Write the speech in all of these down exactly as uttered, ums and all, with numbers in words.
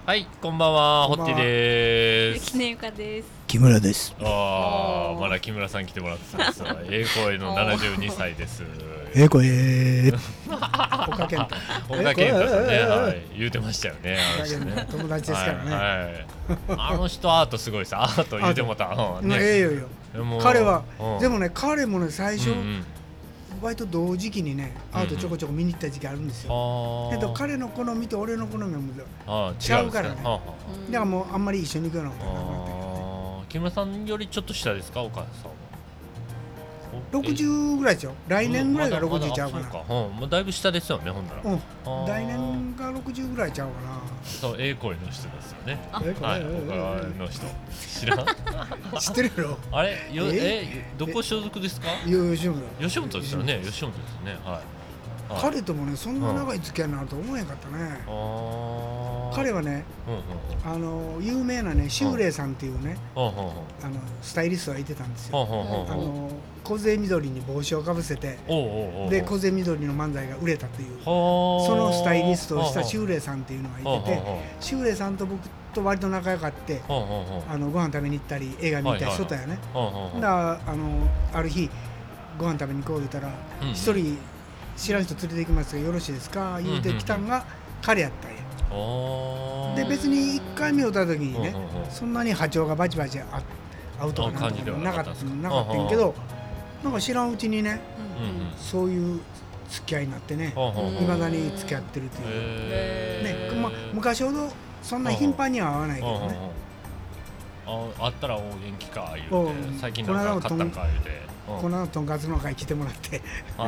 はい、こんばんは、ホッティでーす。 雪音ゆかです。 木村です。 ああ、まだ木村さん来てもらってます。ええ声のななじゅうにさいです。 ええ声えー。 岡健太。 岡健太さんね、はい、言うてましたよね。 ね友達ですからね。 はいはい、あの人アートすごいさ、アート言うてもた。 うん、ね、ええよよ。彼は、うん、でもね、彼もね、最初。うんうん、割と同時期にね、アートちょこちょこ見に行った時期あるんですよ。けど彼の好みと俺の好みは違うからね。だからもうあんまり一緒に行くようなことはなくなったけどね。 木村さんよりちょっと下ですか、お母さんは。 ろくじゅうぐらいですよ。来年ぐらいがろくじゅうちゃうかな。 うん、もうだいぶ下ですよね、ほんなら。 うん、来年がろくじゅうぐらいちゃうかな。 そう、ええ声の人ですよね。ええ声、はい、他の人知らん？ 知ってるやろ。 あれ、よ、え、どこ所属ですか？ 吉本。 吉本ですよね。吉本ですね。はい。 彼ともね、そんな長い付き合いになると思えへんかったね。彼はね、あの有名なね、修礼さんっていうね、あのスタイリストがいてたんですよ。あの梢緑に帽子をかぶせて、で梢緑の漫才が売れたという、そのスタイリストをした修礼さんっていうのがいてて、修礼さんと僕と割と仲良かって、あのご飯食べに行ったり映画見に行ったりしとったよね。だからあのある日ご飯食べに行こう言ったら一人知らん人連れて行きますがよろしいですか言うてきたんが彼やったんや。で別にいっかいめを会った時にね、そんなに波長がバチバチ合うとかなんとかなかったなかったんやけど、なんか知らんうちにね、そういう付き合いになってね、いまだに付き合ってるというね、まあ昔ほどそんな頻繁には会わないけどね。 あ、あったらお元気か言うて、最近なんか買ったんか言うて、 このとんかつの会来てもらって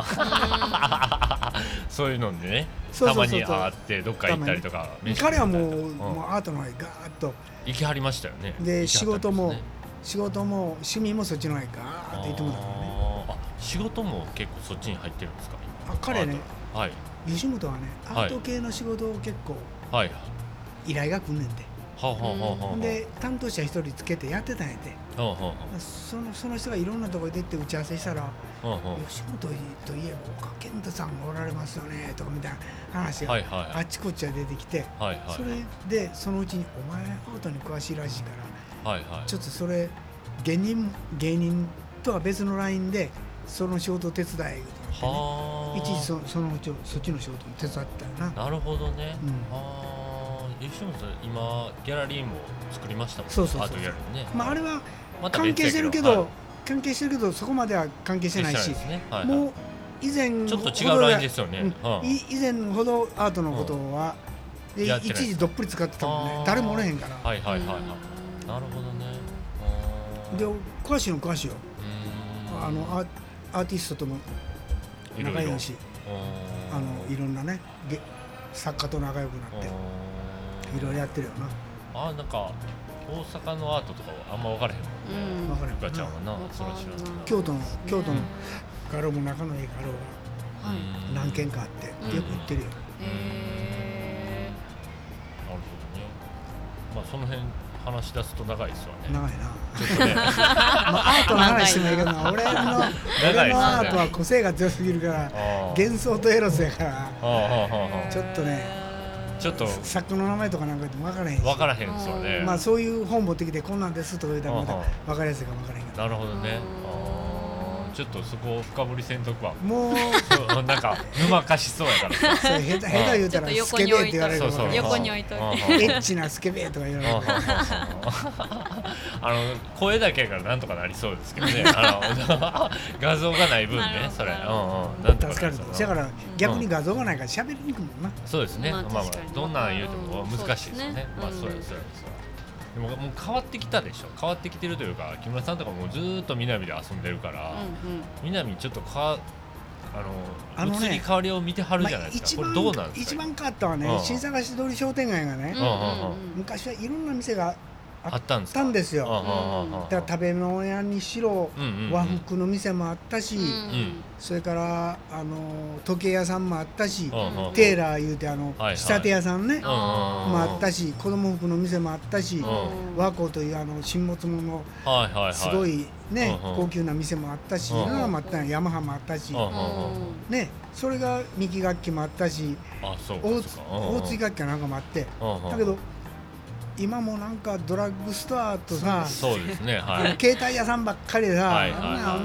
そういうのでね、たまに会ってどっか行ったりとか。 彼はもうアートの方へガーッと行きはりましたよね。 で仕事も仕事も趣味もそっちの方へガーッと行ってもらったからね。 あ、仕事も結構そっちに入ってるんですか？ あ、彼ね、吉本はね、アート系の仕事を結構依頼が来んねんて。で担当者一人つけてやってたんやて。そのその人がいろんなところで行って打ち合わせしたら、吉本といえば岡健太さんがおられますよねとかみたいな話があっちこっちは出てきて、それでそのうちにお前アートに詳しいらしいから、ちょっとそれ芸人芸人とは別のラインでその仕事を手伝えとかってね、一時そそのそっちの仕事も手伝ったよな。 なるほどね。吉本今ギャラリーも作りましたもんね。 そうそうそう。 アートギャラリーね。 まああれは関係してるけど、関係してるけどそこまでは関係してないし、もう以前ちょっと違うラインですよね。 以前ほどアートのことは一時どっぷり使ってたもんね。誰もおれへんから。 はいはいはいはい。なるほどね。 で詳しいの詳しいよ。あのアーティストとも仲良いし、あのいろんなね作家と仲良くなって。いろいろやってるよな。 あ、なんか大阪のアートとかはあんま分からへんもん。 分からへん。 ゆかちゃんはな、そら知らん。 京都の京都の画廊も仲のいい画廊が何軒かあってよく行ってるよ。なるほどね。まあその辺話し出すと長いですわね。 長いな。ちょっとね。まあアートの話してもいいけどな。俺の俺のアートは個性が強すぎるから幻想とエロスやからちょっとね。 ちょっと作家の名前とかなんかでも分からへんし、 分からへんですよね。 まあそういう本持ってきてこんなんですとか言うたらまた分かりやすいか分からへんけど。 なるほどね。ちょっとそこを深掘りせんとくわ。 もうなんか沼かしそうやから。 それ下手下手言うたらスケベって言われるから。 横に置いといて。 エッチなスケベとか言われるから。 あの声だけやからなんとかなりそうですけどね。あの画像がない分ね、それ。 助かる。だから逆に画像がないから喋りにくいもんな。 そうですね。まあまあどんなん言うても難しいですね。まあそうやそうやそうや。でももう変わってきたでしょ。変わってきてるというか、木村さんとかもずーっと南で遊んでるから、南ちょっとかあの移り変わりを見てはるじゃないですか。これどうなんですか。 一番変わったはね、新坂市通り商店街がね、昔はいろんな店があったんですよ。だから食べ物屋にしろ和服の店もあったし、それからあの時計屋さんもあったし、テーラーいうてあの仕立て屋さんねもあったし、子供服の店もあったし、和光というあの新物物のすごいね高級な店もあったし、いろんなのもあったヤマハもあったし、ねそれが三木楽器もあったし、大津楽器かなんかもあって、だけど今もなんかドラッグストアとさ、 そうですね、はい、 携帯屋さんばっかりでさ、 はいはいはい、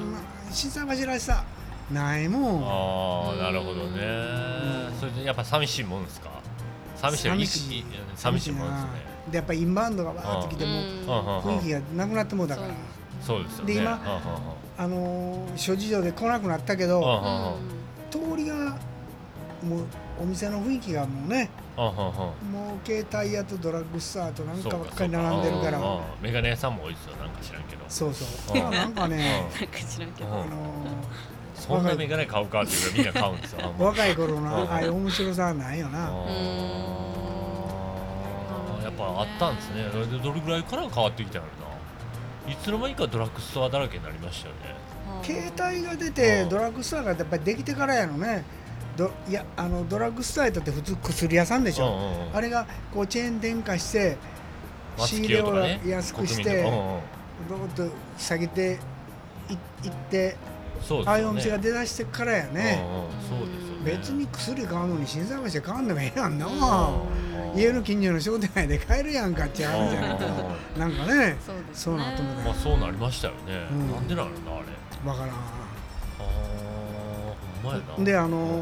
新坂橋らしさないもん。 ああ、なるほどね、うん、それでやっぱ寂しいもんですか？寂しい寂しい寂しいもんですね。 でやっぱりインバウンドがバーってきても雰囲気がなくなってもうだから、 そうですよね。 で今あのー、諸事情で来なくなったけど、通りがもうお店の雰囲気がもうね、もう携帯屋とドラッグストアとなんかばっかり並んでるから、 メガネ屋さんも多いですよ、なんか知らんけど。 そうそうなんかね、 なんか知らんけど、 あのー、 そんなメガネ買うかっていうかみんな買うんですよ。 若い頃のああいう面白さはないよな。 やっぱあったんですね。どれぐらいから変わってきたのかな。いつの間にかドラッグストアだらけになりましたよね。 携帯が出てドラッグストアがやっぱりできてからやのね。どいやあのドラッグストアだって普通薬屋さんでしょ、うんうんうん、あれがこうチェーン店化して仕入れを安くして、ね、どーっと下げていって、そうですよね、ああいうお店が出だしてからやね、 うんうん、そうですよね。 別に薬買うのに新坂橋で買わんでもええやんな、うん、家の近所の商店街で買えるやんかっちゃうじゃんなんかね、 そうですね、 そうなってもまあそうなりましたよね、うん、なんでなのなあれわからん。 であの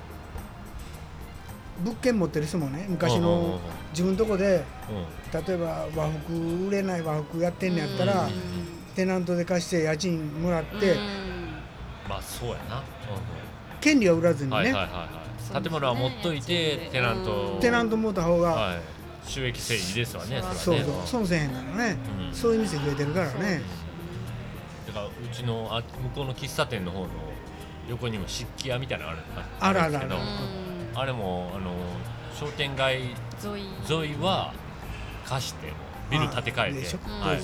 物件持ってる人もね、昔の自分のとこで、例えば和服売れない和服やってんのやったらテナントで貸して家賃もらって、 まあそうやな、 権利は売らずにね、 はいはいはいはい、建物は持っといてテナントテナント持った方が、 はい、収益性いいですわね。 そうそう、損せへんからね、うん、そういう店増えてるからね。 だからうちのあ向こうの喫茶店の方の横にも漆器屋みたいなのあるんですけど、あれもあの商店街沿いは貸してもビル建て替えて、はい、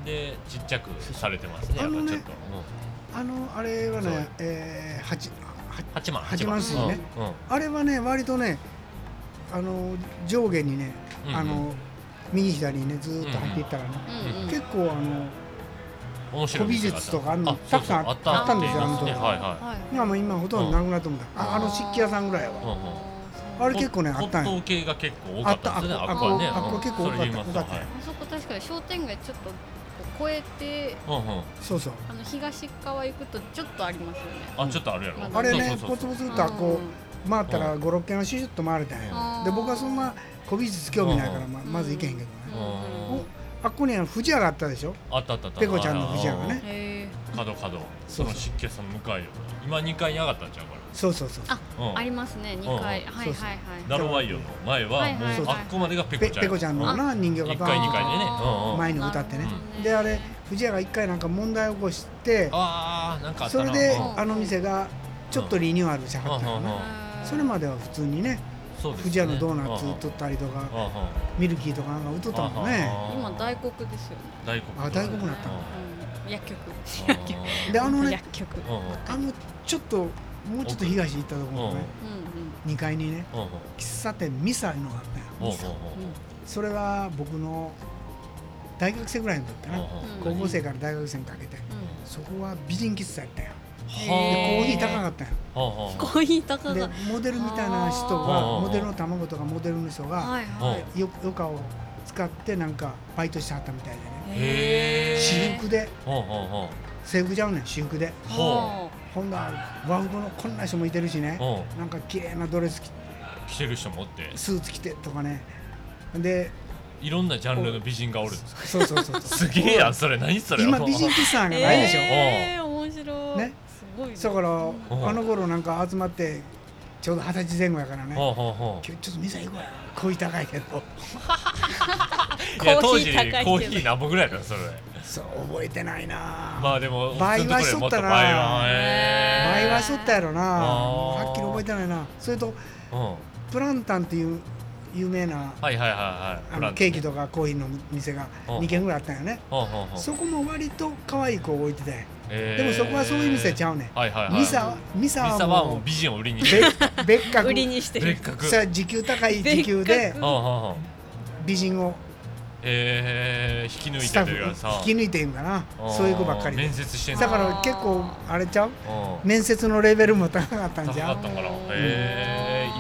でちっちゃくされてますね。 あのね、 ちょっと、 うん、あのあれはね、えー、八八万八万数ね、うんうん、あれはね割とねあの上下にね、うんうん、あの右左にねずーっと入っていったらね、うんうん、結構あの古美術とかあんのたくさんあったんですよ、あの時。今も今ほとんどなくなってもんだ。あの漆器屋さんぐらいは。あれ結構ねあったんや。 骨董系が結構多かったですね。あっこはね。 あっこ結構多かった。あそこ確かに商店街ちょっと越えて、 そうそう。 あの東側行くとちょっとありますよね。 あ、ちょっとあるやろ。 あれね、ポツポツとあっこ回ったらご、ろっけんはシュシュッと回れたんや。で僕はそんな古美術興味ないからまず行けへんけどね。あっこに富士屋があったでしょ。 あったあったあった。 ペコちゃんの富士屋がね。 角角。その湿気さん向かいよ。今にかいに上がったんちゃうから。 そうそうそう。 あ、ありますね。にかい。はいはいはい。 ダロワイヨの前はもうあっこまでがペコちゃん。 ペコちゃんのな人形がいっかいにかいでね。 前に歌ってね。であれ富士屋がいっかいなんか問題を起こして、 ああなんかあったな。それであの店がちょっとリニューアルしはったのね。それまでは普通にね。富士屋のドーナツ売っとったりとか、ミルキーとかなんか売っとったもんね。 今大黒ですよね。 大黒。 あ、大黒になったの。 薬局。 であのね、 薬局。 あのちょっともうちょっと東行ったところのね、にかいにね、喫茶店ミサいうのがあったよ。それは僕の大学生ぐらいの時かな。高校生から大学生にかけて、そこは美人喫茶やったよ。でコーヒー高かったよ。 コーヒー高かった。 でモデルみたいな人がモデルの卵とかモデルの人がよ余暇を使ってなんかバイトしてはったみたいでね。私服で制服じゃうねん私服で。ほんだ和服のこんな人もいてるしね。なんか綺麗なドレス着てる人もおってスーツ着てとかね。でいろんなジャンルの美人がおるんですか。 そうそうそう。 すげえやんそれ何それ。 今美人喫茶がないでしょ。 ええ面白い。ね。 だからあの頃なんか集まってちょうど二十歳前後やからね。今日ちょっと店行こうや。コーヒー高いけど。 いや当時コーヒー何本ぐらいだそれ。 そう覚えてないな。 まあでも倍はしとったな。倍はしとったやろな。はっきり覚えてないな。それとプランタンっていう有名なケーキとかコーヒーの店がにけんぐらいあったんよね。そこも割と可愛い子を置いてて。でもそこはそういう店ちゃうねん。ミサミサはもう美人を売りに別格売りにしてる。 さあ時給高い時給で美人を引き抜いてるやつ。 引き抜いているかな。そういう子ばっかり。 面接してんだから結構あれちゃう。面接のレベルも高かったんじゃん。 高かったから。へえ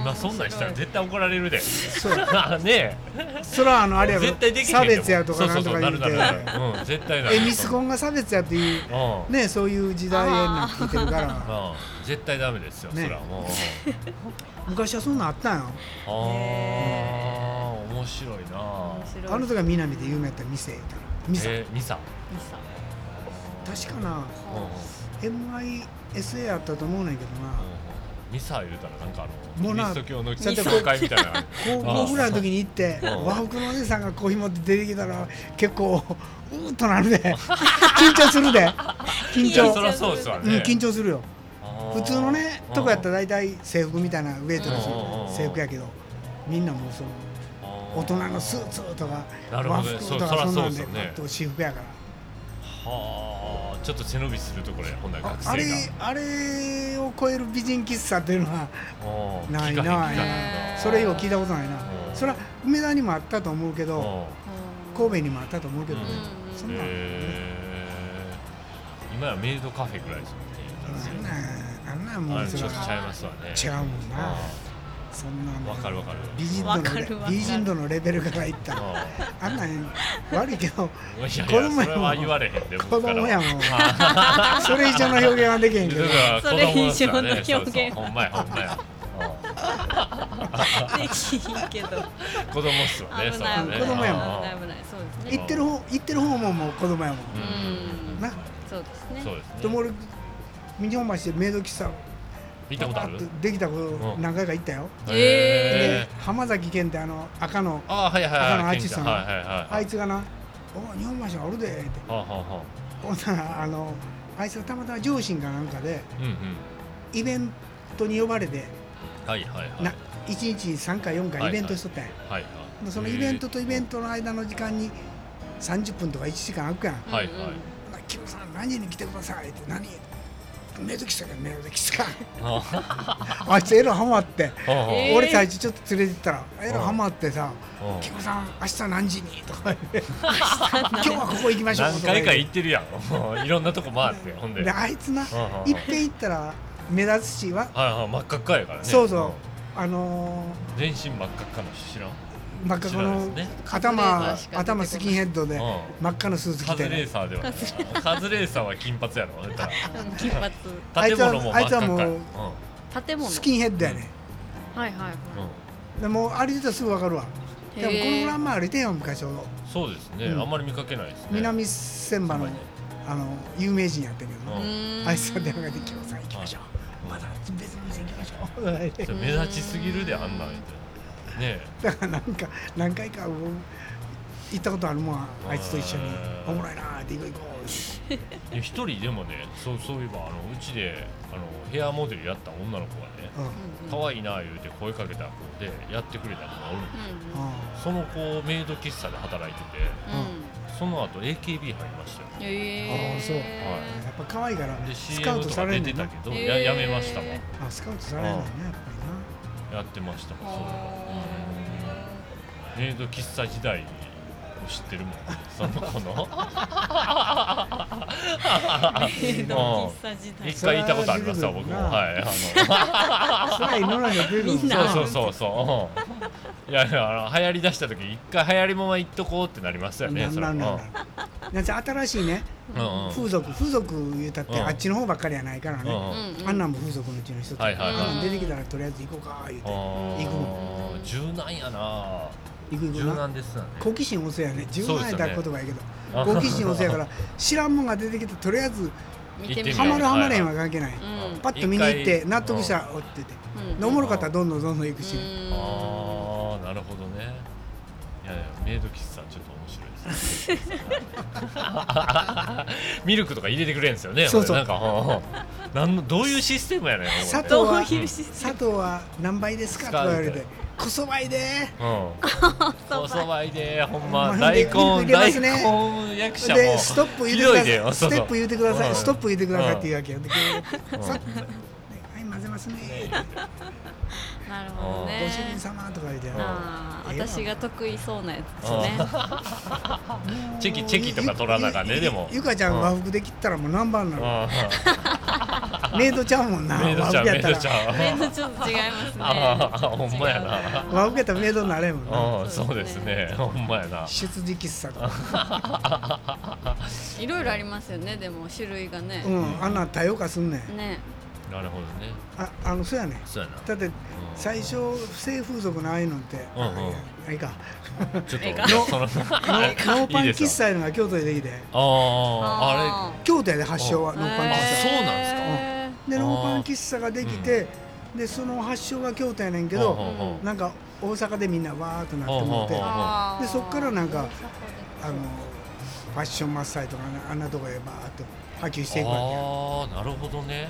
今そんなんしたら絶対怒られるで。 そうねえそれはあのあれやろ絶対できへん差別やとかなんとか言うてうん絶対なるえミスコンが差別やっていうねそういう時代になってきてるから絶対ダメですよそれはもう昔はそんなんあったんよ。 ああ面白いな。 あの時は南で有名やった店言うたらミサミサ確かな エムアイエスエー やったと思うねんけどな。 ミサ言うたらなんかあのキリスト教の教会みたいな高校ぐらいの時に行って和服のお姉さんがコーヒー持って出てきたら結構うーっとなるで緊張するで緊張そりゃそうですわね、 うん、緊張するよ。普通のねとこやったら大体制服みたいなウェイトレスの制服やけどみんなもうその大人のスーツとか和服とかそんなんで私服やからはあちょっと背伸びするところやほんなら学生があれあれを超える美人喫茶っていうのはないな。それ以後聞いたことないな。それは梅田にもあったと思うけど神戸にもあったと思うけどねそんな今やメイドカフェぐらいですもんね。 あんなもうちょっとちゃいますわね。 違うもんな。そんなわかるわかる。 美人度の美人度のレベルからいったあんなん悪いけど子供やもん。 子供やもん。それ以上の表現はできへんけど。 それ以上の表現。 ほんまやほんまや。 できひんけど。 子供っすわね。 危ない子供やもん。 危ないそうですね。 行ってる方行ってる方ももう子供やもん。な。 そうですね。 そうですね。 でも俺右本町でメイド喫茶行ったことある？ できたこと何回か行ったよ。 ええ。浜崎健ってあの赤のあはいはい赤のアーティストのあいつがな「お日本橋がおるで」ってほんならあのあいつがたまたま上司かなんかでイベントに呼ばれていちにちさんかいよんかいイベントしとったんや。そのイベントとイベントの間の時間にさんじゅっぷんとかいちじかん空くやん。キムさん何時に来てくださいって何メイド喫茶かメイド喫茶あいつエロハマって俺最初ちょっと連れてったらエロハマってさ「キムさん明日何時に?」とか言って「今日はここ行きましょう」 何回か行ってるやんいろんなとこ回ってほんであいつないっぺん行ったら目立つしは真っ赤っかやからね。 そうそうあの全身真っ赤っかの知らん真っ赤の頭頭スキンヘッドで真っ赤のスーツ着てカズレーサーではカズレーサーは金髪やろ金髪あいつはあいつはもう建物スキンヘッドやね。 はいはいはいでも歩いてたらすぐ分かるわ。でもこのぐらい前歩いてよ昔ほど。 そうですねあんまり見かけないですね。 南千葉のあの有名人やったけどあいつが電話で「キムさん行きましょうまだ別の店行きましょう」 目立ちすぎるであんなんねだからなんか何回か行ったことあるもんあいつと一緒におもろいなーって行こう行こう一人でもねそうそういえばあのうちであのヘアモデルやった女の子がね可愛いな言うて声かけた子でやってくれた子がおるんですよ。その子メイド喫茶で働いててその後 エーケービー 入りましたよ。 ああそうやっぱ可愛いからスカウトされるんだ出てたけどやめましたもん。 あスカウトされるんだねやっぱりな。 やってましたもん。そうメイド喫茶時代を知ってるもんその子のメイド喫茶時代一回行ったことありますわ僕も。はいあのそれはの出るそうそうそうそういやいや流行りだした時一回流行りもま行っとこうってなりますよね。それは新しいね風俗風俗言うたってあっちの方ばっかりやないからね。あんなんも風俗のうちの人と出てきたらとりあえず行こうか言うて行くもん。 柔軟やな。 行く行く柔軟ですよね。 好奇心旺盛やね。柔軟やった言葉やけど好奇心旺盛やから知らんもんが出てきてとりあえずハマるハマれんは関係ない。パッと見に行って納得したらおってておもろかったらどんどんどんどん行くし。 ああなるほどね。いやいやメイド喫茶ちょっと面白いですねミルクとか入れてくれるんですよね。 そうそうなんかなんのどういうシステムやねん。 砂糖は砂糖は何倍ですかと言われてこそばいでこそばいでほんま大根大根役者もでストップ言うてくださいステップ言うてくださいストップ言うてくださいって言うわけよ。はい混ぜますね。 なるほどね。 ご主人様とか言うて私が得意そうなやつですね。 チェキチェキとか取らなかね。でもゆかちゃん和服で切ったらもう何番なの。 メイドちゃうもんな。 メイドちゃうメイドちゃう。 メイドちょっと違いますね。 ああほんまやな。 和受けたらメイドになれんもんな。 うんそうですね。ほんまやな。 出自喫茶とか。 いろいろありますよね。でも種類がね。 うんあんな多様化すんねん。 ね。 なるほどね。 ああのそうやね。 そうやな。 だって最初性風俗のああいうのって。 うんうん。 あいいか。 ちょっとノーパン喫茶いうのが京都でできて。 あああれ京都やで発祥はノーパン喫茶。 そうなんですか。 でノーパン喫茶ができて、でその発祥が京都やねんけど、なんか大阪でみんなわーっとなってもって、でそっからなんかあのファッションマッサージとかあんなとこへバーっと波及していくわけや。 ああなるほどね。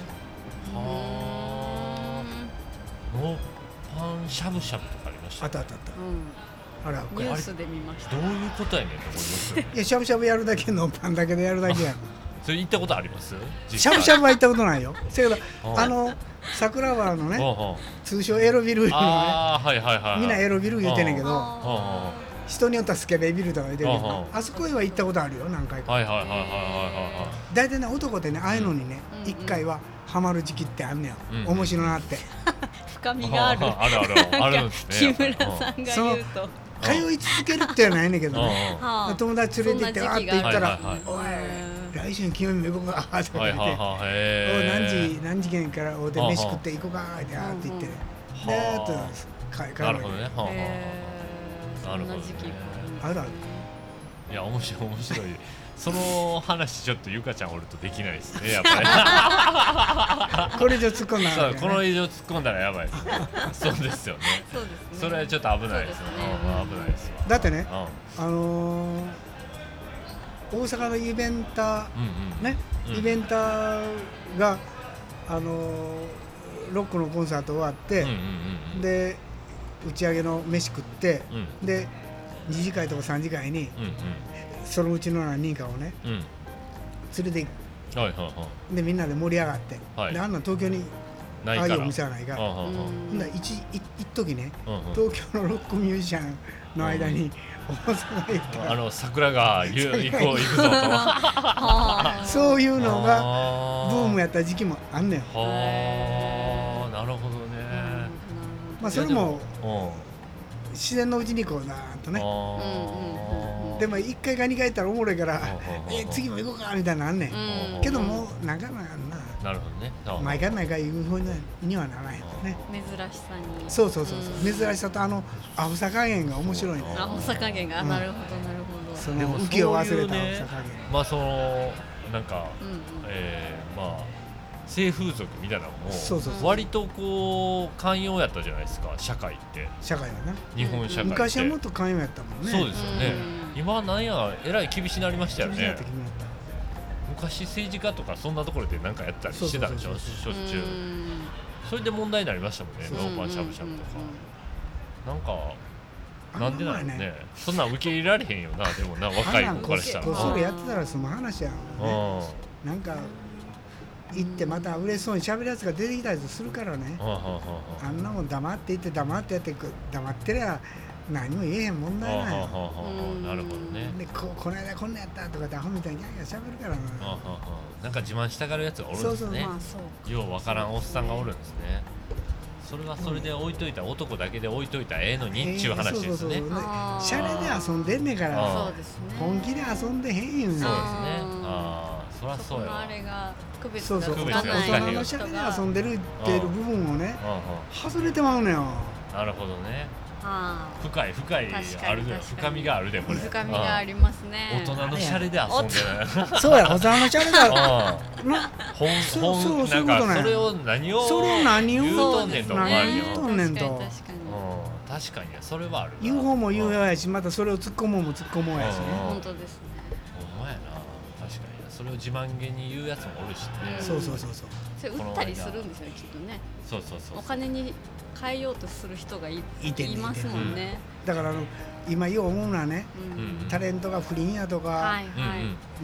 はあ。ノーパンしゃぶしゃぶとかありました。 あったあったあった。あらニュースで見ました。 どういうことやねんと思いますよ。 いやしゃぶしゃぶやるだけのパンだけでやるだけやん。 それ行ったことあります？ しゃぶしゃぶは行ったことないよ。せやけどあの桜川のね通称エロビルいうのね、みんなエロビル言うてんねんけど、人によってはスケベビルとか言うてるけど、あそこへは行ったことあるよ何回か。大体ね男ってねああいうのにね一回はハマる時期ってあんねん。面白なって。 深みがある。 あるあるあるんですね。 木村さんが言うと。 通い続けるっていうのはないねんけどね。友達連れて行ってわって言ったら、おい来週の金曜日も行こうかとか言って、お何時何時間からおで飯食って行こうかってあって言って、でーっと帰る。 なるほどね。 なるほどね。 あるある。 いや面白い面白い。その話ちょっとゆかちゃんおるとできないですねやっぱり。 これ以上突っ込んだら、 ね、この以上突っ込んだらやばいですね。そうですよね。 そうですね。 それはちょっと危ないですね。危ないですわ。 だってね、あのー、大阪のイベンター、うんうん、ね、イベンターがあのー、ロックのコンサート終わって、うんうんうん、で打ち上げの飯食って、うん、でに次会とかさん次会に、うんうん、そのうちの何人かをね、うん、連れて行く、はいはいはい、でみんなで盛り上がって、はい、であんな東京にああいうお店はないから、ほんなら一時ね、うんうん、東京のロックミュージシャンの間に、うん、大阪行ったあの桜が行こう行くぞとそういうのがブームやった時期もあんねん。 はあなるほどね。 まあそれも自然のうちにこうなーんとね、でもいっかいかにかい行ったらおもろいからえ次も行こうかみたいなのあんねんけどもなかなかななるほどね。 毎回毎回言うふうにはならへんよね。 珍しさに。 そうそうそうそう。珍しさとあのアホさ加減が面白いね。 アホさ加減が、なるほどなるほど。 その浮きを忘れたアホさ加減。 まあそのなんか、えー、まあ性風俗みたいなのも割とこう寛容やったじゃないですか社会って。 社会はね。 日本社会って。 昔はもっと寛容やったもんね。 そうですよね。今はなんやえらい厳しになりましたよね。昔政治家とかそんなところで何かやったりしてたでしょしょっちゅう。それで問題になりましたもんね。ノーパンしゃぶしゃぶとかなんかなんでなんね。そんなん受け入れられへんよな。でもな若い子からしたらこっそりやってたらその話やんね。なんか行ってまた嬉しそうにしゃべるやつが出てきたりするからね。あんなもん黙って行って黙ってやって黙ってりゃ何も言えへん問題ないよ。 なるほどね。 で こ, この間こんなやったとかってアホみたいにギャーギャーしゃべるからな。 なんか自慢したがるやつがおるんですね。ようわからんおっさんがおるんですね。それはそれで置いといた、男だけで置いといたらええのにっちゅう話ですね。 シャレで遊んでんねんから、本気で遊んでへんよね。そうですね。 ああ、そりゃそうやわ。 あれが区別がつかない。大人のシャレで遊んでるっていう部分をね、外れてまうのよ。 なるほどね。深い深いある深みがあるでこれ。 深みがありますね。 大人のシャレで遊んでない。そうや、大人のシャレだ。 ほんほんなんかそれを何をそれを何を言うとんねんと思われるよ。 言うとんねんと。 確かにそれはある。 言う方も言う方やし、またそれを突っ込もうも突っ込もうやしね。 本当ですね。 ほんまやな。確かにそれを自慢げに言うやつもおるしね。 そうそうそうそう。 それ売ったりするんですよきっとね。 そうそうそう。 お金に変えようとする人が い, い, ていますもんね。 だからあの今よう思うのはね、うん、タレントが不倫やとか、はいはい、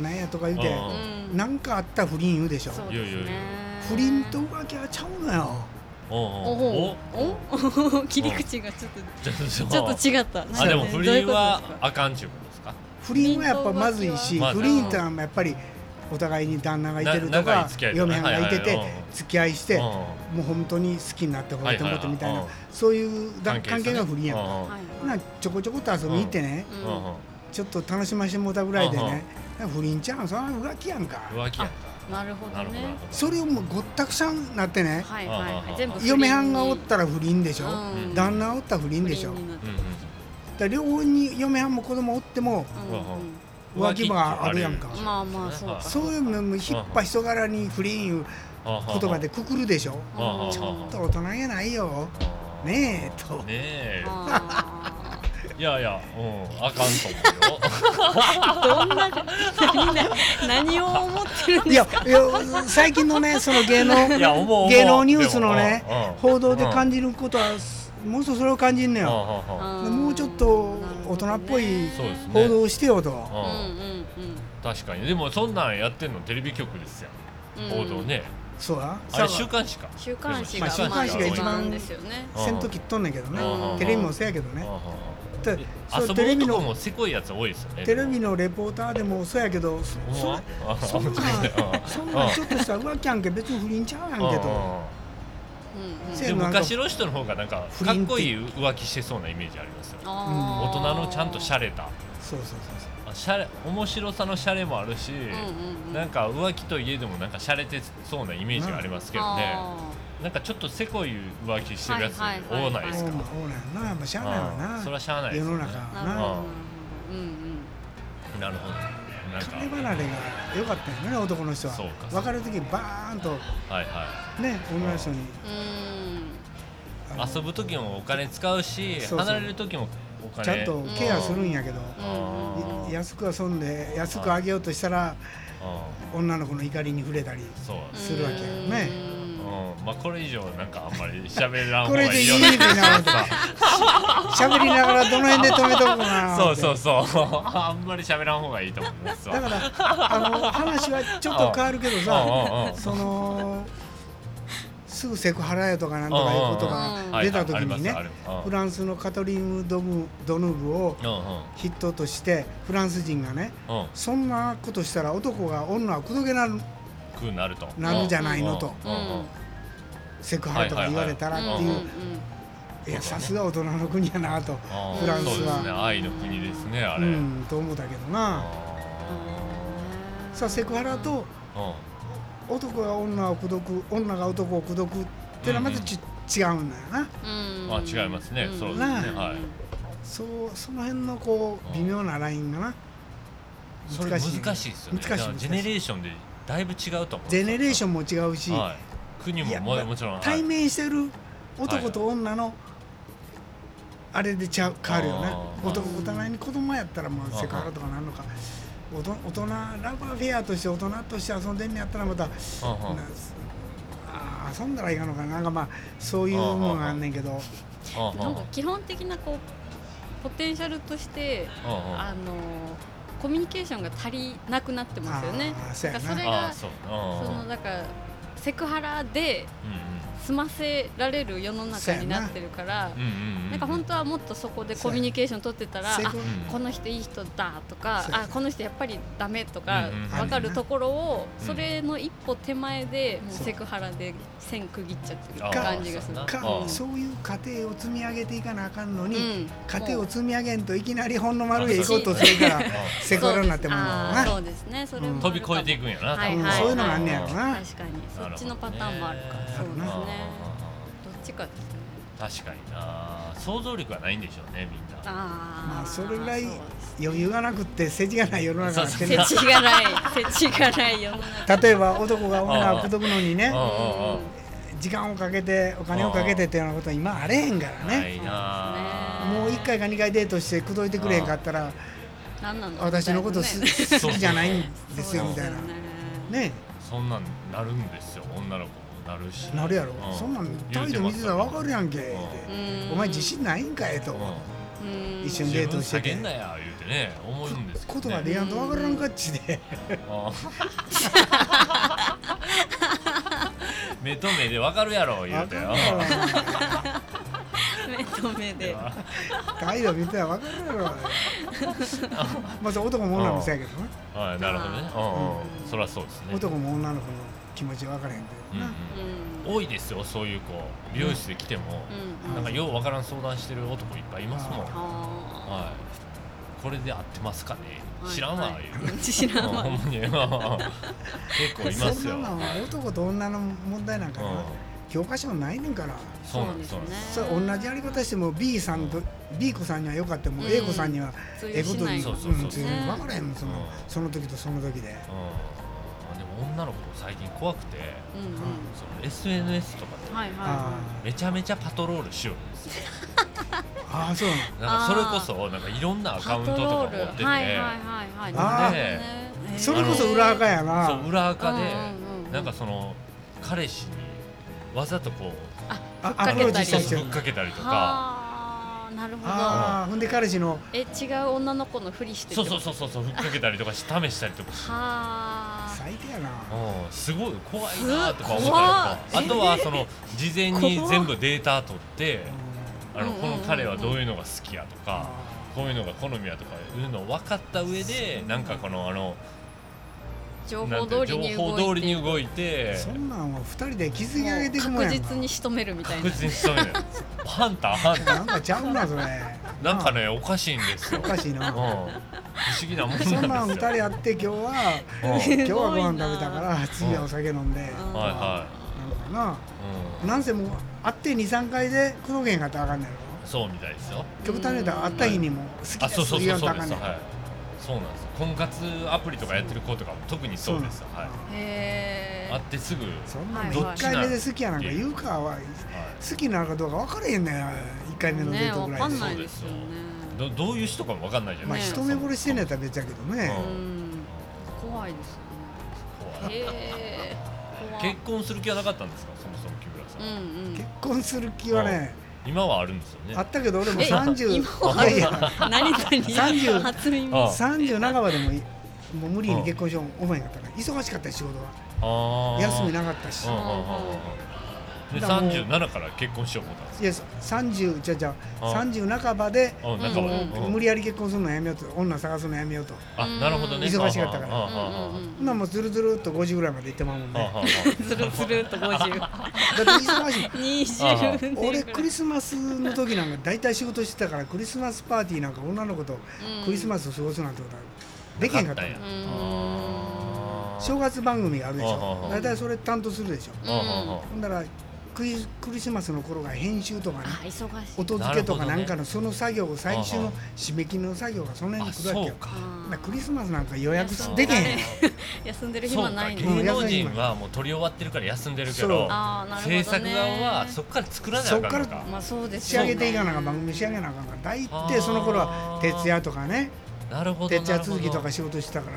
なんやとか言うて、うん、なんかあったら不倫言うでしょ。 そうですね。 不倫と浮気はちゃうのよ。 おおお切り口がちょっとちょっと違った。 あでも不倫はあかんちゅうことですか。 不倫はやっぱまずいし、不倫ってのはやっぱりお互いに旦那がいてるとか嫁はんがいてて付き合いしてもう本当に好きになって惚れてもってみたいなそういう関係が不倫やんか。ちょこちょこっと遊びに行ってねちょっと楽しませてもらったぐらいでね不倫ちゃうんそれは浮気やんか。 浮気やんか。 なるほどね。 それをもうごったくさんなってね嫁はんがおったら不倫でしょ旦那がおったら不倫でしょ。両方に嫁はんも子供おっても浮気があるやんか。 まあまあそうそういうのもひっぱ人柄に不倫いう言葉でくくるでしょ。ちょっと大人げないよねえと。 ねえいやいや、うん、あかんと思うよ。どんな何を思ってるんですか。 いやいや最近のねその芸能芸能ニュースのね報道で感じることはもうそれを感じんねよ。もうちょっと大人っぽい報道をしてよと。 確かにでもそんなんやってんのテレビ局ですよ報道ね。 そうやあれ週刊誌か週刊誌が週刊誌が一番ですよね。 先頭切っとんねんけどねテレビもそうやけどね。 遊ぶ男もせこいやつ多いですよね。 テレビのレポーターでもそうやけどそんなそんなちょっとした浮気やんけ別に不倫ちゃうやんけと。 でも昔の人の方がなんかかっこいい浮気してそうなイメージありますよ。大人のちゃんとシャレたそうそうそうシャレ面白さのシャレもあるしなんか浮気といえどもなんかシャレてそうなイメージがありますけどね。なんかちょっとせこい浮気してるやつ多ないですか。 多ないなやっぱしゃあないわな。 それはしゃあないです世の中な。 なるほど。 金離れが良かったよね男の人は。別れる時バーンとね女の人に遊ぶ時もお金使うし離れる時もお金ちゃんとケアするんやけど安く遊んで安くあげようとしたら女の子の怒りに触れたりするわけよね。 まあこれ以上なんかあんまり喋らん方これでいいみたいな喋りながらどの辺で止めとこうかな。 そうそうそうあんまり喋らん方がいいと思いますわ。 だからあの話はちょっと変わるけどさそのすぐセクハラやとかなんとかいうことが出た時にねフランスのカトリーヌ・ドヌーブを筆頭としてフランス人がねそんなことしたら男が女は口説けなるなるとなるじゃないのとセクハラとか言われたらっていういやさすが大人の国やなとフランスは。 そうですね愛の国ですねあれ。 うんと思ったけどな。さあセクハラと男が女を口説く女が男を口説くっていうのはまたち違うんだよな。 まあ違いますね。そうですね。はい。 そうその辺のこう微妙なラインがな難しい難しいですよね。 難しいジェネレーションでだいぶ違うと思う。 ジェネレーションも違うし国もももちろん対面してる男と女のあれでちゃう変わるよね。お互いに子供やったらもうセクハラとかなんのか大人ラブアフェアとして大人として遊んでんのやったらまた遊んだらいいのかななんかまあそういうものがあんねんけどなんか基本的なこうポテンシャルとしてあのコミュニケーションが足りなくなってますよね。それがそのだからセクハラで済ませられる世の中になってるからなんか本当はもっとそこでコミュニケーション取ってたらあこの人いい人だとかあこの人やっぱりダメとか分かるところをそれの一歩手前でもうセクハラで線区切っちゃってる感じがするかそういう過程を積み上げていかなあかんのに過程を積み上げんといきなりほんの丸へ行こうとするからセクハラになってもらうそうですねそれも飛び越えていくんやなそういうのがあんねやろな確かにそっちのパターンもあるからそうですねどっちかですね確かにな想像力がないんでしょうねみんなまあそれぐらい余裕がなくって世知がない世の中世知がない世知がない世の中例えば男が女を口説くのにね時間をかけてお金をかけてっていうようなことは今あれへんからねもういっかいかにかいデートして口説いてくれへんかったら私のこと好きじゃないんですよみたいなねそんなんなるんですよ女の子なるしなるやろ、うん、そんなん態度見てたら分かるやんけ、うん、お前自信ないんかいと、うん、一緒にデートしてて自分下げんなや言うてね思うんですけど、ね、 言葉でやんと分からんかっちで目と目で分かるやろ言うてよと目で態度見たら分かるやろまず男も女もそうやけどね。 はい、なるほどね。うん、そりゃそうですね。 男も女の子の気持ち分からへんけどな。 多いですよ、そういう子。美容室で来てもなんかよう分からん相談してる男いっぱいいますもん。はい、これで合ってますかね、知らんわいう知らんわ結構いますよ。 そんなのは男と女の問題なんかな、教科書ないねんから。 そうなんですね。 それ同じやり方しても B さんと B 子さんには良かったも A 子さんにはええことに分からへんもん、そのその時とその時で。でも女の子最近怖くて、その エスエヌエス とかでめちゃめちゃパトロールしようんですよ。 ああ、そうなんかそれこそなんかいろんなアカウントとか持ってて、 でそれこそ裏垢やな。 そう裏垢でなんかその彼氏にわざとこうアプローチしてふっかけたりとか。 なるほど。 ああ、ほんで彼氏のえ違う女の子のふりしてそうそうそうそうそうふっかけたりとかし試したりとかして。はあ。最低やな。 うん、すごい怖いなとか思ったりとか。あとはその事前に全部データ取って、あのこの彼はどういうのが好きやとか、こういうのが好みやとかいうのを分かった上でなんかこのあの。 情報通りに動いて、 情報通りに動いてそんなんはふたりで築き上げていくもんやんか。 確実に仕留めるみたいな。 確実に仕留める。ハンターハンター。 なんかちゃうなそれ。 なんかねおかしいんですよ。 おかしいな。 うん、不思議なもんなんですよ。 そんなんふたりやって今日は今日はご飯食べたから次はお酒飲んで。はいはい。 なんかな。なんせもう会ってにさんかいで口説けへんかったらあかんねんろ。 そうみたいですよ。 極端に言うたら会った日にも好きです言わんとあかんねん。 そうなんですよ。婚活アプリとかやってる子とかも特にそうですよ。はい。 へえ。 会ってすぐそんなのいっかいめで好きやなんか言うかは好きなのかどうか分からへんねん。いっかいめのデートぐらいで。 分かんないですよね。 どどういう人かも分かんないじゃないですか。 まあ一目惚れしてんのやったら別やけどね。 怖いですよね。怖い。へえ。 結婚する気はなかったんですか、そもそも木村さん。 結婚する気はね。 今はあるんですよね。 あったけど俺も三十、いやいや、何何三十三十半ばでももう無理に結婚しよう思えんかったから忙しかった仕事が休みなかったし。 でさんじゅうななから結婚しよう思ったんです。 いやさんじゅうじゃじゃさんじゅう半ばで無理やり結婚するのやめようと、女探すのやめようと。 あ、なるほどね。 忙しかったから。今もずるずるっとごじぐらいまで行ってまうもんね。 ずるずるっとごじ。だって忙しい。 にじゅう。 俺クリスマスの時なんか大体仕事してたから、クリスマスパーティーなんか女の子とクリスマスを過ごすなんてことはできへんかったんや。正月番組があるでしょ。大体それ担当するでしょ。ほんだらクリ、クリスマスの頃が編集とかね、音付けとかなんかのその作業を最終の締め切りの作業がその辺に来るわけよ。クリスマスなんか予約できへん。 休んでる暇ないの。芸能人はもう撮り終わってるから休んでるけど、制作側はそこから作らないと。そこから仕上げていかなあかん、番組仕上げなあかんから、大体その頃は徹夜とかね、徹夜続きとか仕事してたから、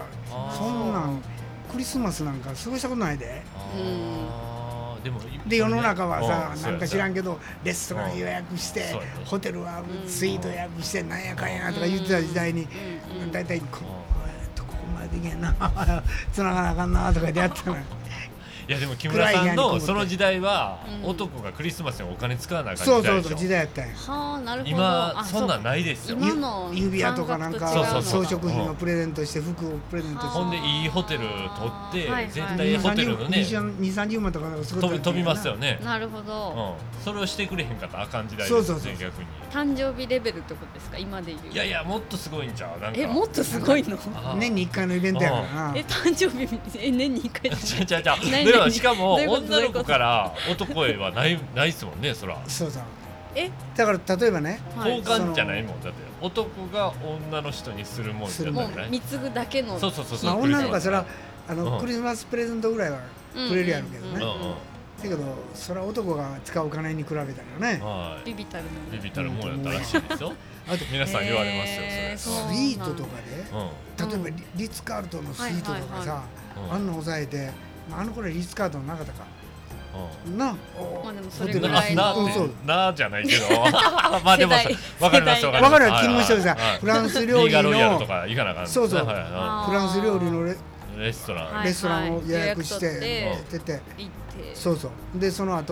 そんなんクリスマスなんか過ごしたことないで。でもで世の中はさ、なんか知らんけどレストラン予約してホテルはスイート予約してなんやかんやとか言ってた時代に、大体ここまでできへんなつながなあかんなとかでやったの。 いやでも木村さんのその時代は男がクリスマスにお金使わなあかん時代でしょ。 そうそうそう時代やったんや。 はあ、なるほど。 今そんなんないですよ。 指輪とかなんか装飾品をプレゼントして、服をプレゼントして、 ほんでいいホテル取って絶対ホテルのねにじゅう、さんじゅうまんとか飛びますよね。 なるほど。 それをしてくれへんかったらあかん時代ですね。逆に誕生日レベルってことですか、今で言う。 いやいやもっとすごいんちゃう。なんかえもっとすごいの。 年にいっかいのイベントやからな。 え誕生日え年にいっかいじゃじゃじゃでもしかも女の子から男へはないないっすもんね、そら。 そうそう。 えだから例えばね、 交換じゃないもん。だって男が女の人にするもんじゃない。 貢ぐだけの。 そうそうそうそう。 まあ女の子はそらあのクリスマスプレゼントぐらいはくれるやるけどね。だけどそれは男が使う金に比べたらね、 ビビたるもんビビたるもんやったらしいですよ。あと皆さん言われますよ、 それ。スイートとかで、例えばリッツカールトンのスイートとかさ、あんの抑えて、あの頃リッツカールトンなかったか。な、 まあでもそれぐらいのなじゃないけど、まあでもわかりますわかります。 わかるよ。勤務してさ、フランス料理のそうそう、フランス料理のレストランレストランを予約して出て、そうそう。でその後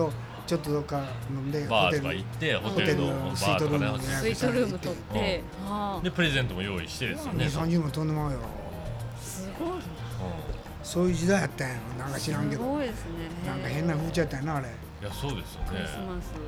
ちょっとどっか飲んでバーとか行ってホテルのバーとかスイートルーム取ってでプレゼントも用意してですよね。 にじゅうさんじゅうまん飛んでまうよ。 すごい。 そういう時代やったんやろなんか知らんけど。 すごいですね。 なんか変な風潮やったんやなあれ。 いやそうですよね。 クリスマス。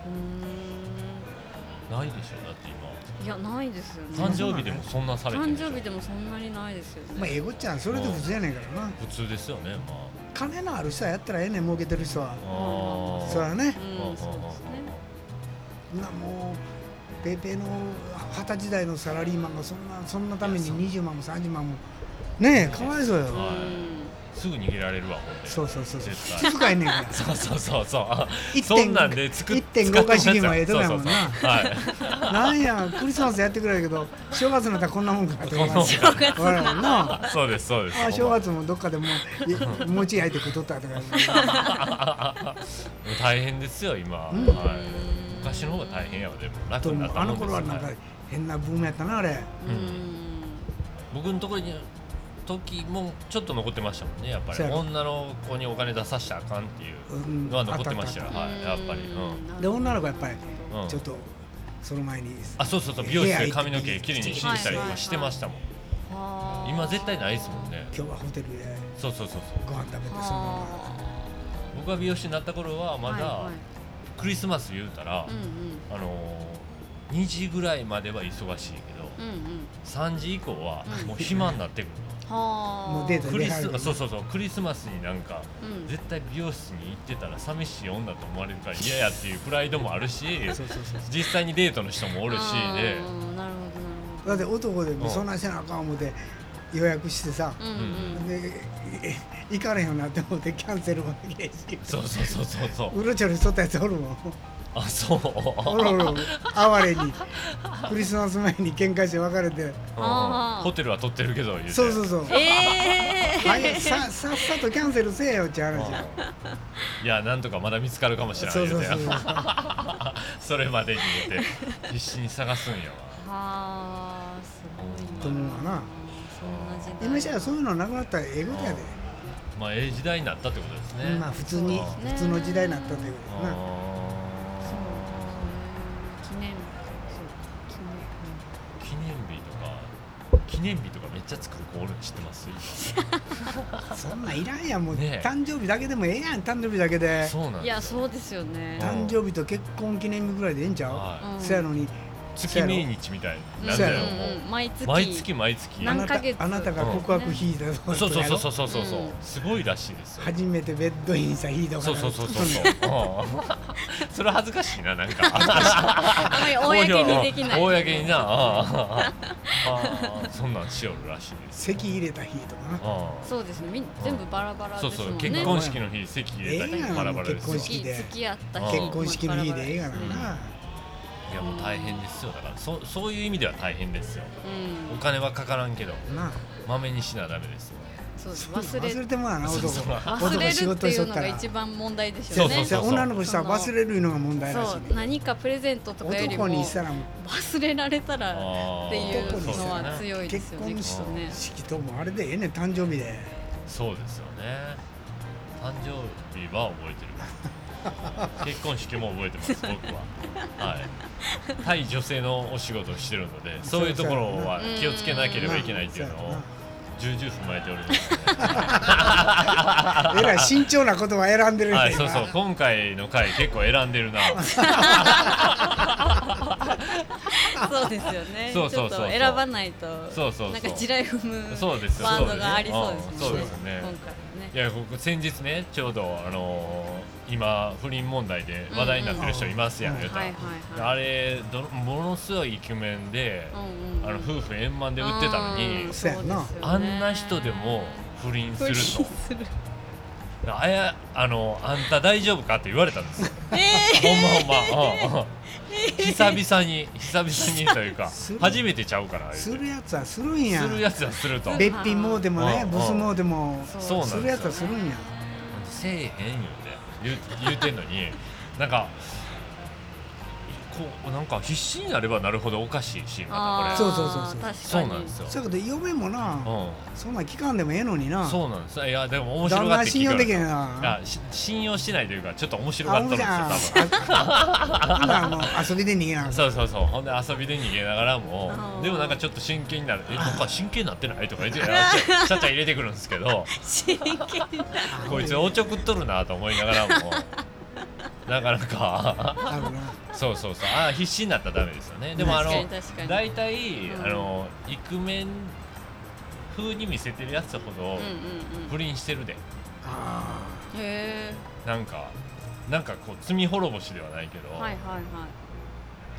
うん。ないでしょだって今。 いやないですよね。 誕生日でもそんなされてる。 誕生日でもそんなにないですよね。 まあ英語ちゃんそれで普通やねんからな。 普通ですよね。まあ。 金のある人はやったらええねん儲けてる人は。そうだね。 うんそうですね。 なもうペイペイの二十歳代のサラリーマンがそんなそんなためににじゅうまんもさんじゅうまんもねえかわいそうよ。 すぐ逃げられるわほんで。 そうそうそうそう。気遣いねんから。 そうそうそうそう。そんなんで作っいってんご 回資金はええとこやもんな。 はい。 なんやクリスマスやってくれるけど正月になったらこんなもんかって思う。 正月な。 そうですそうです。 あ正月もどっかでも餅焼いて食っとったとか。 大変ですよ今。はい。昔の方が大変やわでも楽になったもんです。 あの頃はなんか変なブームやったなあれ。 僕のところに時もちょっと残ってましたもんねやっぱり女の子にお金出させたらあかんっていうのは残ってましたよ、うん、はいやっぱり、うん、 で女の子やっぱりちょっとその前に、うん、 あそうそうそう美容室で髪の毛きれいにしたりとかしてましたもん、はいはい、今絶対ないですもんね今日はホテルでそうそうそうそうご飯食べてそのまま僕が美容師になった頃はまだ、はいはい、クリスマス言うたら、うんうん、あのー、にじぐらいまでは忙しいけど、うんうん、さんじ以降はもう暇になってくるもうデートクリスそうそうそうクリスマスになんか、うん、絶対美容室に行ってたら寂しい女と思われるから嫌やっていうプライドもあるし実際にデートの人もおるしでなるほどなるほどだって男でもそんなしなあかん思って予約してさ、うんうん、で行かれへんようになって思ってキャンセルもできへんしそうそうそうそうそううろちょろしとったやつおるもんあそうおるおる哀れにクリスマス前に喧嘩して別れてホテルは取ってるけど言うてそうそうそう、 えーはい、さ, さっさとキャンセルせえよって話やいやなんとかまだ見つかるかもしれない言うてそれまでに言うて必死に探すんやわあーすごいなと思うわな今じゃそういうのなくなったらええことやでまあええ時代になったってことですねまあ普通に普通の時代になったということですな記念日とか記念日とかめっちゃ作る子おるの知ってますそんなんいらんやんもう、ね、誕生日だけでもええやん誕生日だけでそうなんですよいやそうですよね誕生日と結婚記念日ぐらいでええんちゃう、はい、そやのに月命日みたいなそうやろ毎月毎月毎月何ヶ月あなたが告白引いた、うん、 そうそうそうそうそうそう、うん、すごいらしいですよ初めてベッドインさ引いたからそうそうそうそうそれ恥ずかしいななんかあまり公にできない公になああそんなんしよるらしいです籍入れた日とかなそうですねみん全部バラバラですもんねそうそう結婚式の日籍入れた日バラバラですよ結婚式で付き合った日結婚式の日でええがな、うんいやもう大変ですよだからそそういう意味では大変ですよ、うん、お金はかからんけどまめにしなダメですよそうです忘れ忘れてもらうな男忘れるっていうのが一番問題ですよねそうそうそう女の子したら忘れるのが問題らしい、ね、 そう何かプレゼントとかよりも男にしたら忘れられたらっていうのは強いですよね結婚式ともあれでええね誕生日でそうですよね誕生日は覚えてる結婚式も覚えてます僕は、はい、対女性のお仕事をしてるのでそういうところは気をつけなければいけないっていうのを重々踏まえております、ね、 えらい慎重なことは選んでるんはい、そうそう今回の回結構選んでるなそうですよねそうそうそうそうちょっと選ばないとそうそうそうなんか地雷踏むそうですよワードがありそうですねそうですね今回ねいや僕先日ねちょうどあのー、今不倫問題で話題になってる人いますやん、うんうん、言うたら、はいはいはい、あれどものすごいイケメンで、うんうん、あの夫婦円満で売ってたのに、あんな人でも不倫するとあやあのあんた大丈夫かって言われたんですよ、えー、ほんまほんま、うんえー、久々に久々にというか初めてちゃうからするやつはするんやするやつはするとべっぴんもうでもねブスもうでもそうなんですよするやつはするんやせえへん言うて言う、言うてんのになんかこうなんか必死になればなるほどおかしいし、またこれそうそうそうそう、 確かにそうなんですよ。 そういうこと嫁もな、うん、そんな期間でもええのにな。 そうなんです。いやでも面白がって信用できへんな。 いや信用してないというかちょっと面白がったんですよ多分。あの遊びで逃げながら。 そうそうそう。ほんで遊びで逃げながらもでもなんかちょっと真剣になる。えなんか真剣になってないとか言ってちゃちゃ入れてくるんですけど。 真剣になる。 こいつおちょくっとるなと思いながらも。なかなかそうそうそうあ必死になったらダメですよね。でもあのだいたいあのイクメン風に見せてるやつほど不倫してるで。 ああへえなんかなんかこう罪滅ぼしではないけど、はいはいはい、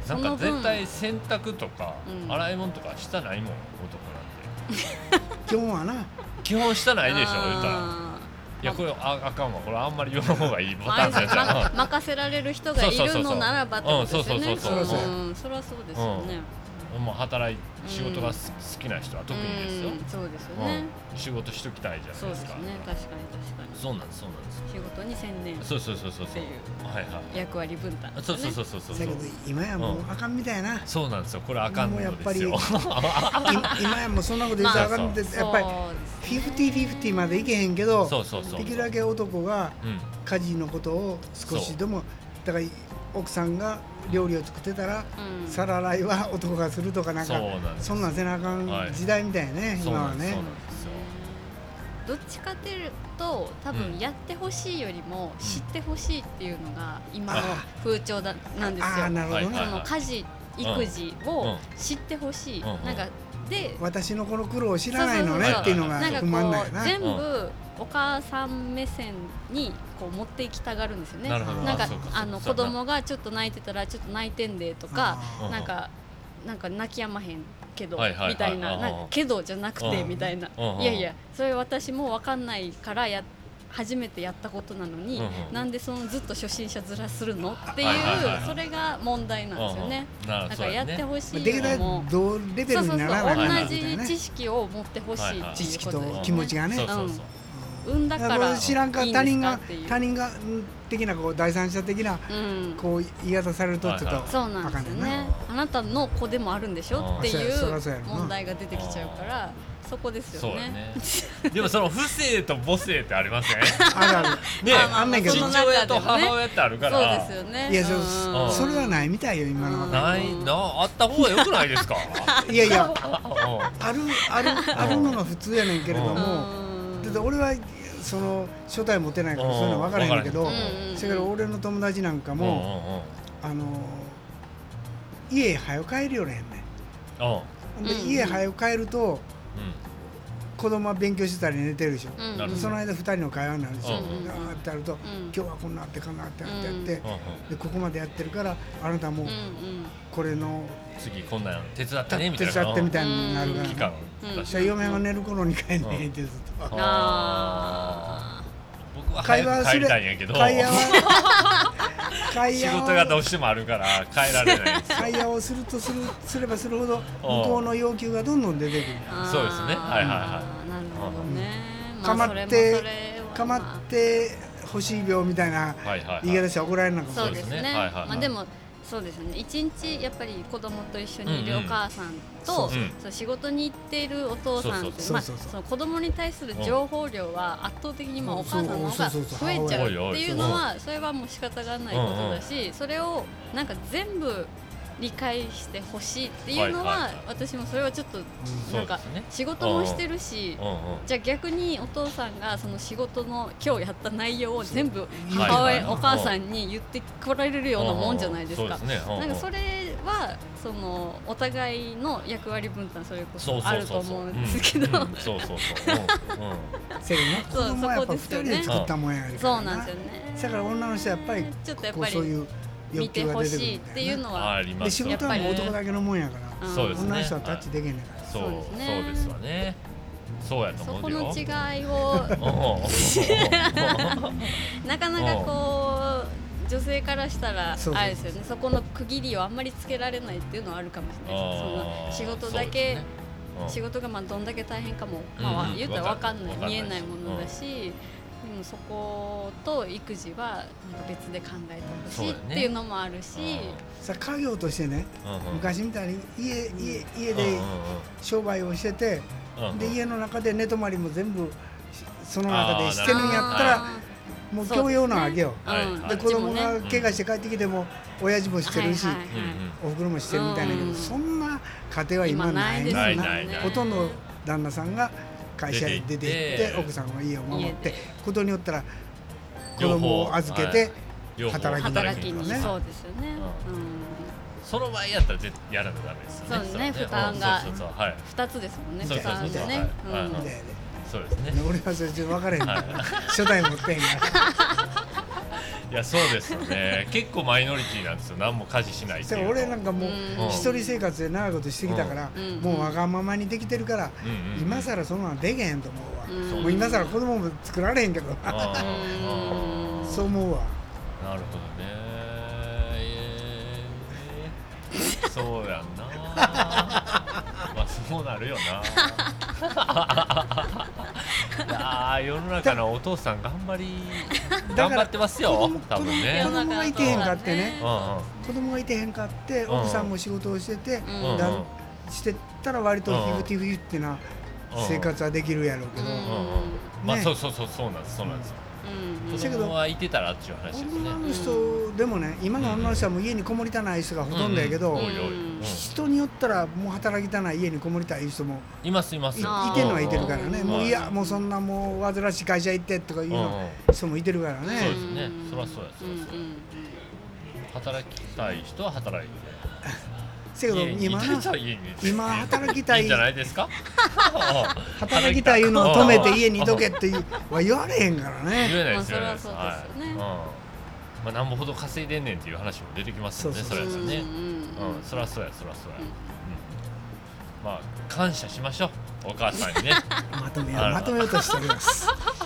なんか絶対洗濯とか洗い物とかしたないもん男なんて。 基本はな基本したないでしょ言ったら。いやこれああかんわこれあんまり言わん方がいいパターンですよ、 ま、任せられる人がいるのならばってことですよね。 そうそうそうそうそれはそうですよね。 もう働い仕事が好きな人は特にですよ。 そうですよね。 仕事しときたいじゃないですか。 そうですね確かに確かに。 そうなんですそうなんです。 仕事に専念。 そうそうそうそうっていう役割分担。 そうそうそうそうそう。 だけど今やもうあかんみたいな。 そうなんですよこれあかんのですよ。 今やもうそんなこと言うとあかんってやっぱりフィフティフィフティまでいけへんけど、できるだけ男が家事のことを少しでもだから奥さんが料理を作ってたら、うん、皿洗いは男がするとかなんかそんなんせなあかん時代みたいね、はい、今はね。 どっちかというと多分やってほしいよりも知ってほしいっていうのが今の風潮だなんですよ。 あなるほどね。 その家事育児を知ってほしい、うんうん、なんかで私のこの苦労を知らないのねっていうのが不満ないな。 全部お母さん目線にこう持っていきたがるんですよね。なんかあの子供がちょっと泣いてたらちょっと泣いてんでとかなんかなんか泣きやまへんけどみたいななんかけどじゃなくてみたいないやいやそれ私も分かんないからや初めてやったことなのに、うんうん、なんでそのずっと初心者面するのっていう、はいはいはい、それが問題なんですよね。だからやってほしいのも同レベルにならないから同じ知識を持ってほしいっていうことです、ね、知識と気持ちがね。 そうそうそう産んだから知らんか他人が他人が的なこう第三者的な、うん、こう言い方されるとちょっと、はいはい、 そうなんですよね。あなたの子でもあるんでしょっていう問題が出てきちゃうからそこですよね。 ねでもその不正と母性ってありません？ あるある。 ねあんねんけど父親と母親ってあるから。 そうですよね。 いや そ, それはないみたいよ今の。 ないなあった方が良くないですか？ いやいやあるあるあるのが普通やねんけれども。俺はその初代持てないからそういうの分からへんけど、それから俺の友達なんかもあの家早く帰るよねんね。で家早く帰ると子供は勉強してたり寝てるでしょ。その間ふたりの会話になるでしょ。ってあると今日はこんなあってかなってあってやってでここまでやってるからあなたもこれの次こんなん手伝ってねみたいな手伝ってみたいになるから。じゃあ嫁が寝る頃に帰んねえってずっと。 僕は早く帰りたいんやけど会話仕事がどうしてもあるから帰られないんですよ。 会話をするとするすればするほど向こうの要求がどんどん出てくる。 そうですね。はいはいはい。 なるほどね。 かまってかまって欲しい病みたいな言い方して怒られるのかもしれない。 そうですね。まあでもそうですね。一日やっぱり子供と一緒にいるお母さんと、うんうん、そう仕事に行っているお父さんってまあその子供に対する情報量は圧倒的にまあお母さんの方が増えちゃうっていうのはそれはもう仕方がないことだし、それをなんか全部理解してほしいっていうのは私もそれはちょっとなんか仕事もしてるし、じゃあ逆にお父さんがその仕事の今日やった内容を全部母親お母さんに言ってこられるようなもんじゃないですか。なんかそれはそのお互いの役割分担それこそあると思うんですけど、 そうそうそう。 そうそこですよね。 そうなんですよね。 だから女の人はやっぱりちょっとやっぱりそういう見てほしいっていうのはあります。 仕事はもう男だけのもんやから、女の人はタッチできへんねんから。 そうそうですわね。そうやと思うよ。 そこの違いをなかなかこう女性からしたらあれですよね。そこの区切りをあんまりつけられないっていうのはあるかもしれない。その仕事だけ仕事がまあどんだけ大変かもまあ言うたら分かんない見えないものだし。 もそこと育児はなんか別で考えてほしいっていうのもあるし、ね、 さ家業としてね、うんうん、昔みたいに 家, 家, 家で商売をしてて、うんうん、で家の中で寝泊まりも全部その中でしてるんやったらもう教養なわけよ。で、ね、で子供が怪我して帰ってきても親父もしてるし、はいはいはい、おふくろもしてるみたいだけど、うん、そんな家庭は今ないですね。ほとんど旦那さんが会社に出て行って奥さんは家を守ってことによったら子供を預けて働きに行くね。 そうですよね、うんうん、 その場合やったらやらなきゃダメですよね。 そうね、負担がふたつですもんね。負担でね。 そうですね。 俺はそれちょっと分からへんから、はい、初代持ってへんからいやそうですよね。結構マイノリティなんですよ。何も家事しないっていう。 俺なんかもう一人生活で長いことしてきたから、うん、もうわがままにできてるから、うん、今更そんなのできへんと思うわ、うん、もう今更子供も作られへんけどそう思うわ。 なるほどね、えー、そうやんなまあそうなるよないや世の中のお父さん頑張り頑張ってますよ多分ね。 子供がいてへんかってね、うんうん、子供がいてへんかって奥さんも仕事をしてて、うんうん、だしてたら割とフィフティフィフティな生活はできるやろうけど、うんうんうんね、 まあそうそうそうそうなんですそうなんですよ。うん、子供はいてたらっていう話ですね。 女の人でもね、今の女の人はもう家にこもりたない人がほとんどやけど、うんうん、人によったらもう働きたない家にこもりたい人もいますいます い, いてるのはいてるからね、うん、もういやもうそんなもう煩わしい会社行ってとかいうの人もいてるからね。 そうですね、そりゃそうやそりゃそうや、働きたい人は働いてせやけど今な今働きたいいいんじゃないですか働きたいのを止めて家にいとけっては言われへんからね。 言えないですよね。まあそれはそうですよね、はい、うん、まあ何ぼほど稼いでんねんっていう話も出てきますよね。それはね、うん、そりゃそうやそりゃそうや、うんうん、まあ感謝しましょうお母さんにねまとめようまとめようとしております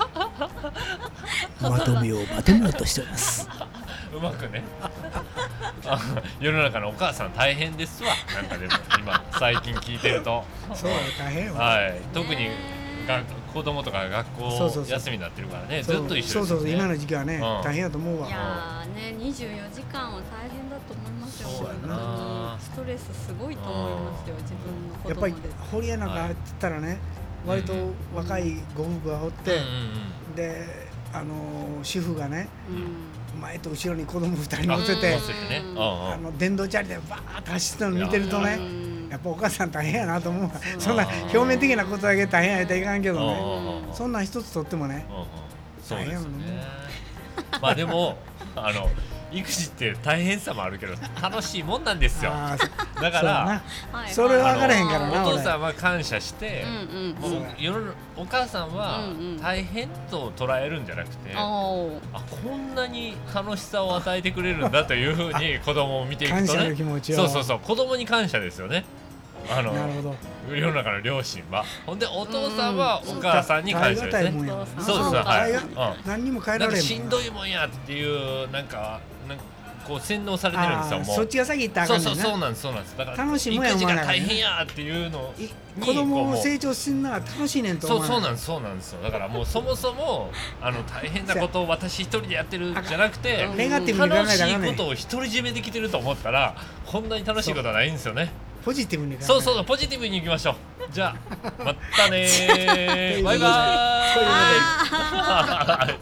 まとめようまとめようとしておりますうまくね世の中のお母さん大変ですわ。なんかでも今最近聞いてるとそう大変わ、 はい、特にが子供とか学校休みになってるからね、ずっと一緒ですよね。そうそう今の時期はね、うん、大変だと思うわ。 いやーねにじゅうよじかんは大変だと思いますよ。そうやな、ストレスすごいと思いますよ、自分の子供で。やっぱり堀江なんかって言ったらね、はい、割と若いご夫婦がおって、うんうんうん、であの主婦がね、うん、前と後ろに子供ふたり乗せて、うん、あの電動チャリでバーッと走ってるの見てるとね、やっぱお母さん大変やなと思う。そんな表面的なことだけ大変やったらいかんけどね、そんなん一つとってもね大変やもんね。まあでもあの育児って大変さもあるけど楽しいもんなんですよ。だからそれ分からへんからな。 お父さんは感謝して、もうお母さんは大変と捉えるんじゃなくて、あこんなに楽しさを与えてくれるんだというふうに子供を見ていくとね、 感謝の気持ちを、 そうそうそう、子供に感謝ですよね。あのなるほど、 世の中の両親はほんでお父さんはお母さんに感謝ですね。そうです、はい、うん、 何にも変えられへんもん。 しんどいもんやっていうなんかなんかこう洗脳されてるんですよ。もうそっちが先言ったらあかんねんな。 そうそうそうなんですそうなんです。だから楽しいもんや育児が大変やっていうのに子供を成長するのが楽しいねんと思う。 そうそうなんですそうなんですよ。だからもうそもそもあの大変なことを私一人でやってるじゃなくて、 ネガティブに考えたらね、 楽しいことを独り占めできてると思ったらこんなに楽しいことはないんですよね。 ポジティブに考える。 そうそうポジティブにいきましょう。じゃあまたねバイバーイ